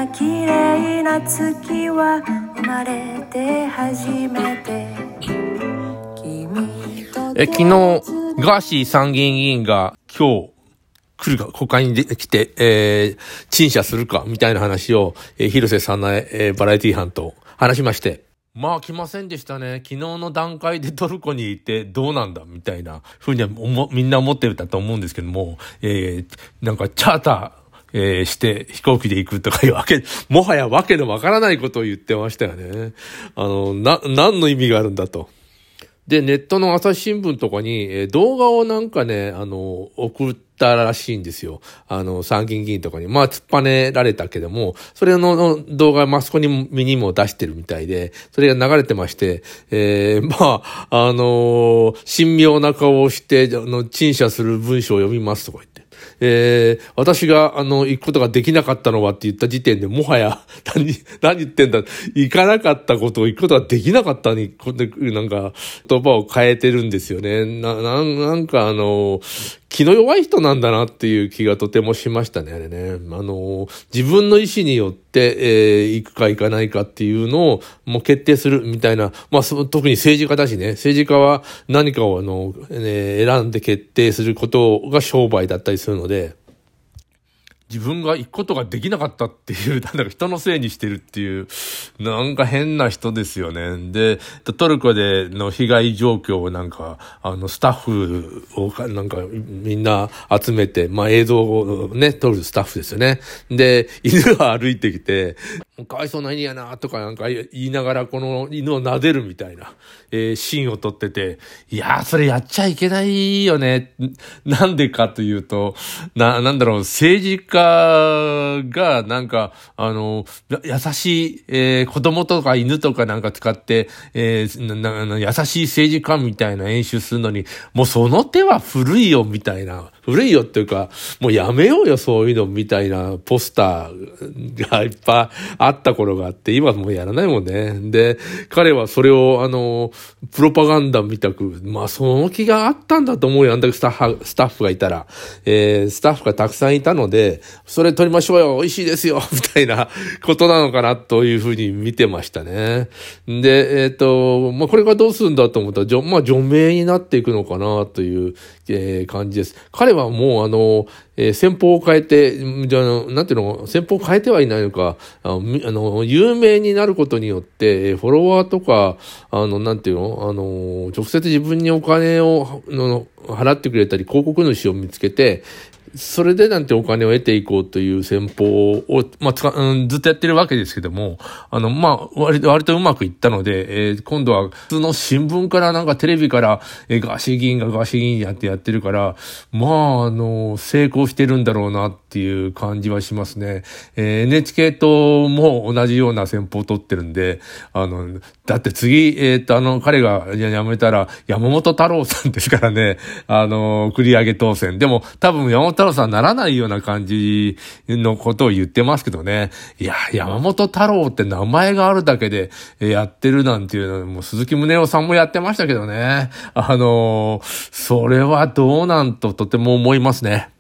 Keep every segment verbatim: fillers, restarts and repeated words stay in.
綺麗な月は生まれて初めて。 え昨日ガーシー参議院議員が今日来るか国会にで来て、えー、陳謝するかみたいな話を、えー、広瀬さんの、えー、バラエティ班と話しまして、まあ来ませんでしたね。昨日の段階でトルコにいてどうなんだみたいなふうには思みんな思ってるんだと思うんですけども、えー、なんかチャーターえー、して飛行機で行くとかいうわけ、もはやわけのわからないことを言ってましたよね。あの、な、何の意味があるんだと。で、ネットの朝日新聞とかに、えー、動画をなんかね、あの、送ったらしいんですよ。あの、参議院議員とかに。まあ、突っぱねられたけども、それの動画マスコミにも出してるみたいで、それが流れてまして、えー、まあ、あのー、神妙な顔をして、あの、陳謝する文章を読みますとか言って。えー、私が、あの、行くことができなかったのはって言った時点でもはや、何、何言ってんだ、行かなかったことを行くことができなかったに、こんで、なんか、言葉を変えてるんですよね。な、ななんかあの、気の弱い人なんだなっていう気がとてもしましたね、あれね。あの、自分の意思によって、えー、行くか行かないかっていうのをもう決定するみたいな、まあ、そ特に政治家だしね、政治家は何かをあの、えー、選んで決定することが商売だったりするので、自分が行くことができなかったっていう、なんだか人のせいにしてるっていう、なんか変な人ですよね。で、トルコでの被害状況をなんか、あの、スタッフをなんかみんな集めて、まあ映像をね、撮るスタッフですよね。で、犬が歩いてきて、かわいそうな犬やなとかなんか言いながらこの犬を撫でるみたいな、えー、シーンを撮ってて、いやーそれやっちゃいけないよね。なんでかというと、な、なんだろう、政治家がなんか、あの、優しい、えー、子供とか犬とかなんか使って、えー、なな優しい政治家みたいな演習するのに、もうその手は古いよみたいな、古いよっていうか、もうやめようよそういうのみたいなポスターがいっぱいあった頃があって、今もうやらないもんね。で、彼はそれをあの、プロパガンダみたく、まあその気があったんだと思うよ。あんだけスタッフ、スタッフがいたら、えー、スタッフがたくさんいたので、それ撮りましょうよ、美味しいですよ、みたいなことなのかなというふうに見てましたね。で、えっと、まあこれがどうするんだと思ったら、まあ除名になっていくのかなという、えー、感じです。彼はもうあの、えー、戦法を変えて、じゃあ、なんていうの、戦法を変えてはいないのか、あの、あの有名になることによって、フォロワーとか、あの、なんていうの、あの、直接自分にお金を、の、払ってくれたり、広告主を見つけて、それでなんてお金を得ていこうという戦法を、まあ、つか、うん、ずっとやってるわけですけども、あの、まあ、割、割とうまくいったので、えー、今度は普通の新聞からなんかテレビから、えー、ガーシー議員がガーシー議員やってやってるから、まあ、あの、成功してるんだろうなっていう感じはしますね。えー、エヌエイチケー とも同じような戦法を取ってるんで、あの、だって次、えー、っと、あの、彼が辞めたら、山本太郎さんですからね、あの、繰り上げ当選。でも、多分山本太郎さんならないような感じのことを言ってますけどね。いや、山本太郎って名前があるだけでやってるなんていうのは、もう鈴木宗男さんもやってましたけどね。あの、それはどうなんととても思いますね。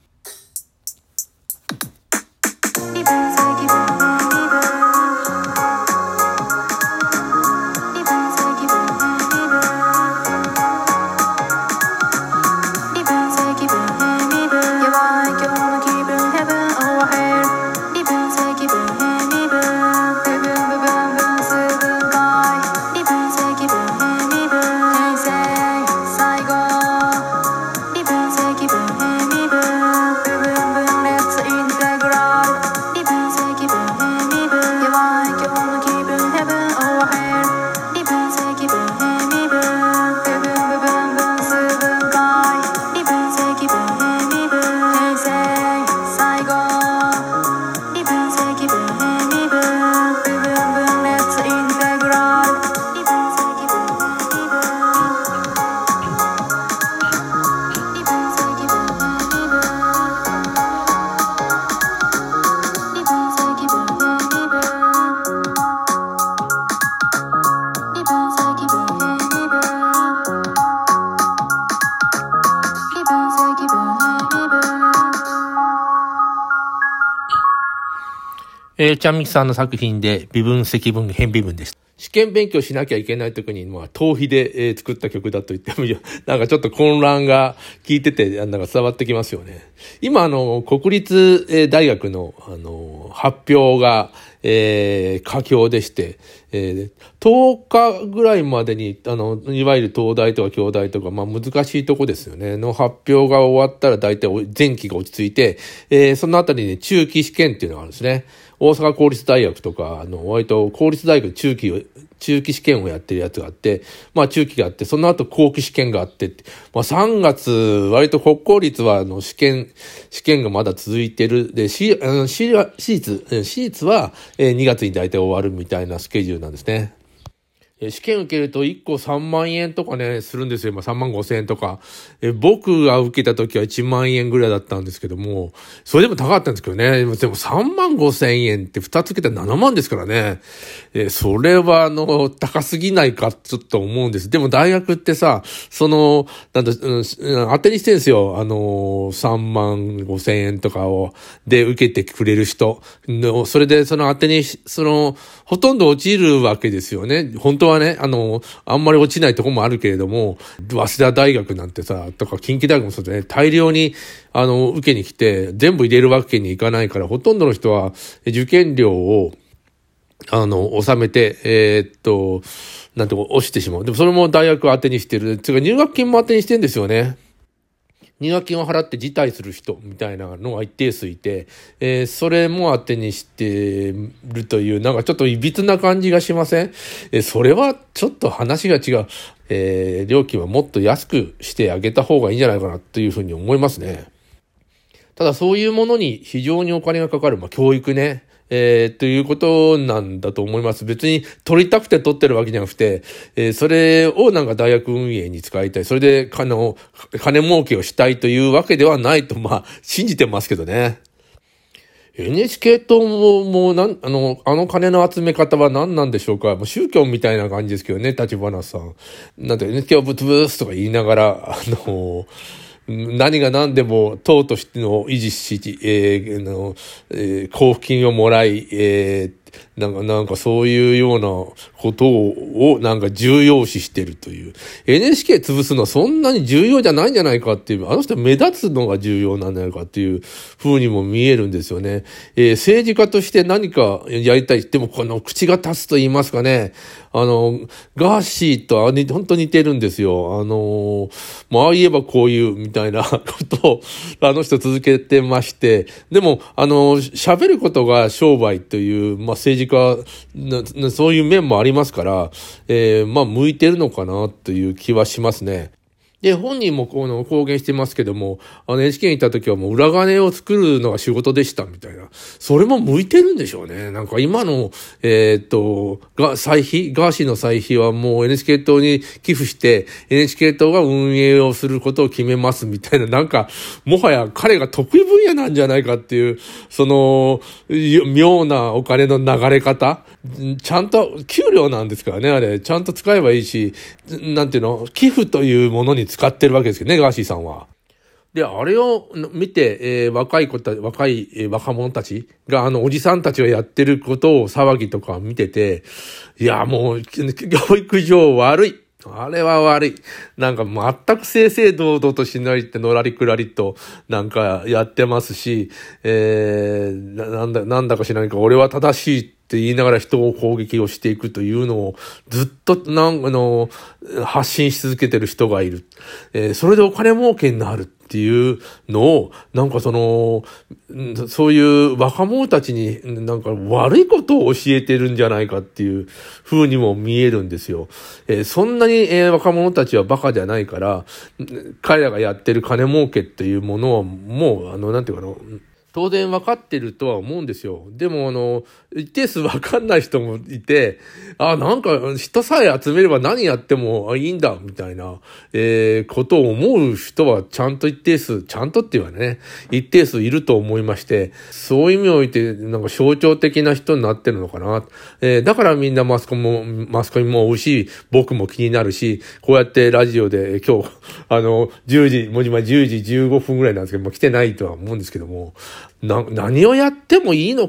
えー、ちゃんみきさんの作品で微分、積分、変微分でした。試験勉強しなきゃいけない時に、まあ、逃避で、えー、作った曲だと言ってもいいよ。なんかちょっと混乱が聞いてて、なんか伝わってきますよね。今、あの、国立、えー、大学の、あの、発表が、えー、佳境でして、えー、とおかぐらいまでに、あの、いわゆる東大とか京大とか、まあ難しいとこですよね。の発表が終わったら大体前期が落ち着いて、えー、そのあたりに中期試験っていうのがあるんですね。大阪公立大学とか、あの、割と公立大学中期を、中期試験をやってるやつがあって、まあ中期があって、その後後期試験があって、まあさんがつ、割と国公立はあの試験、試験がまだ続いてる。で、私、あの、私立、私立はにがつに大体終わるみたいなスケジュールなんですね。試験受けるといっこさんまんえんとかね、するんですよ。まあさんまんごせんえんとか。え僕が受けた時はいちまんえんぐらいだったんですけども、それでも高かったんですけどね。でもさんまんごせんえんってふたつ受けたらななまんですからね。えそれはあの、高すぎないかちょっと思うんです。でも大学ってさ、その、なんだ、うん、当てにしてるんですよ。あの、さんまんごせんえんとかを、で受けてくれる人の、それでその当てに、その、ほとんど落ちるわけですよね。本当はね、あの、あんまり落ちないところもあるけれども、早稲田大学なんてさ、とか近畿大学もそうでね、大量に、あの、受けに来て、全部入れるわけにいかないから、ほとんどの人は受験料を、あの、納めて、えー、っと、なんてこう、押してしまう。でもそれも大学当てにしてる。つうか入学金も当てにしてるんですよね。入学金を払って辞退する人みたいなのが一定数いて、えー、それも当てにしてるという、なんかちょっと歪な感じがしません？えー、それはちょっと話が違う。えー、料金はもっと安くしてあげた方がいいんじゃないかなというふうに思いますね。ただそういうものに非常にお金がかかる、まあ教育ね。えー、ということなんだと思います。別に取りたくて取ってるわけじゃなくて、えー、それをなんか大学運営に使いたい。それで金を、金儲けをしたいというわけではないと、まあ、信じてますけどね。エヌエイチケー 党も、もうなん、あの、あの金の集め方は何なんでしょうか。もう宗教みたいな感じですけどね、立花さん。なんて エヌエイチケー をブツブツとか言いながら、あの、何が何でも党としての維持し、えーのえー、交付金をもらい、えー、なんか、なんかそういうようなことを、なんか重要視してるという。エヌエイチケー 潰すのはそんなに重要じゃないんじゃないかっていう、あの人目立つのが重要なんじゃないかっていう風にも見えるんですよね。えー、政治家として何かやりたい。でもこの口が立つと言いますかね。あの、ガーシーと本当に似てるんですよ。あの、まあ言えばこういうみたいなことをあの人続けてまして、でも、あの、喋ることが商売という、まあ政治家な、そういう面もありますから、えー、まあ向いてるのかなという気はしますね。で、本人もこの公言してますけども、あの エヌエイチケー に行った時はもう裏金を作るのが仕事でしたみたいな。それも向いてるんでしょうね。なんか今の、えー、っと、が、歳費、ガーシーの歳費はもう エヌエイチケー 党に寄付して、エヌエイチケー 党が運営をすることを決めますみたいな、なんか、もはや彼が得意分野なんじゃないかっていう、その、妙なお金の流れ方。ちゃんと、給料なんですからね、あれ。ちゃんと使えばいいし、なんていうの、寄付というものに使ってるわけですけどね、ガーシーさんは。で、あれを見て、えー、若い子たち、若い、えー、若者たちが、あの、おじさんたちがやってることを騒ぎとか見てて、いや、もう、教育上悪い。あれは悪い。なんか全く正々堂々としないってのらりくらりとなんかやってますし、えー、な, なんだ、なんだか知らないか、俺は正しいって言いながら人を攻撃をしていくというのをずっとなんあの発信し続けてる人がいる。えー、それでお金儲けになるっていうのを、なんかその、そういう若者たちになんか悪いことを教えてるんじゃないかっていう風にも見えるんですよ。えー、そんなに、えー、若者たちはバカじゃないから、彼らがやってる金儲けっていうものはもう、あの、なんていうかな、当然分かってるとは思うんですよ。でも、あの、一定数分かんない人もいて、あ、なんか人さえ集めれば何やってもいいんだ、みたいな、えー、ことを思う人はちゃんと一定数、ちゃんとっていうのはね、一定数いると思いまして、そういう意味において、なんか象徴的な人になってるのかな。えー、だからみんなマスコミも、マスコミも追うし、僕も気になるし、こうやってラジオで今日、あの、じゅうじ、もう今じゅうじじゅうごふんぐらいなんですけども、来てないとは思うんですけども、な、何をやってもいいのかって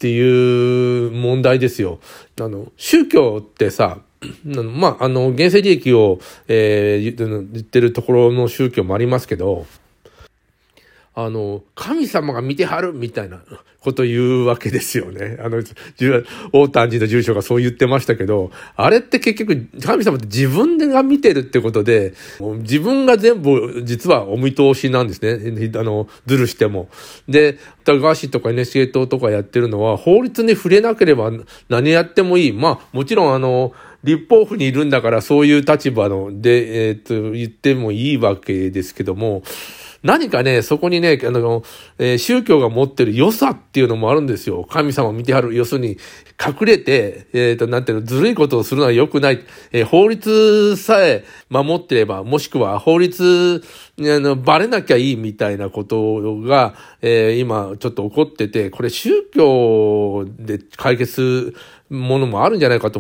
っていう問題ですよ。あの、宗教ってさ、まあ、あの、現世利益を、えー、言ってるところの宗教もありますけど、あの、神様が見てはるみたいなこと言うわけですよね。あの、大丹寺の住所がそう言ってましたけど、あれって結局神様って自分が見てるってことで、自分が全部実はお見通しなんですね。あの、ずるしても。で、ガーシーとか エヌエイチケー 党とかやってるのは法律に触れなければ何やってもいい。まあ、もちろんあの、立法府にいるんだからそういう立場ので、えー、っと、言ってもいいわけですけども、何かね、そこにね、あの、えー、宗教が持ってる良さっていうのもあるんですよ。神様を見てはる。要するに、隠れて、えっと、なんていうの、ずるいことをするのは良くない。えー、法律さえ守ってれば、もしくは法律、あの、バレなきゃいいみたいなことが、えー、今ちょっと起こってて、これ宗教で解決するものもあるんじゃないかと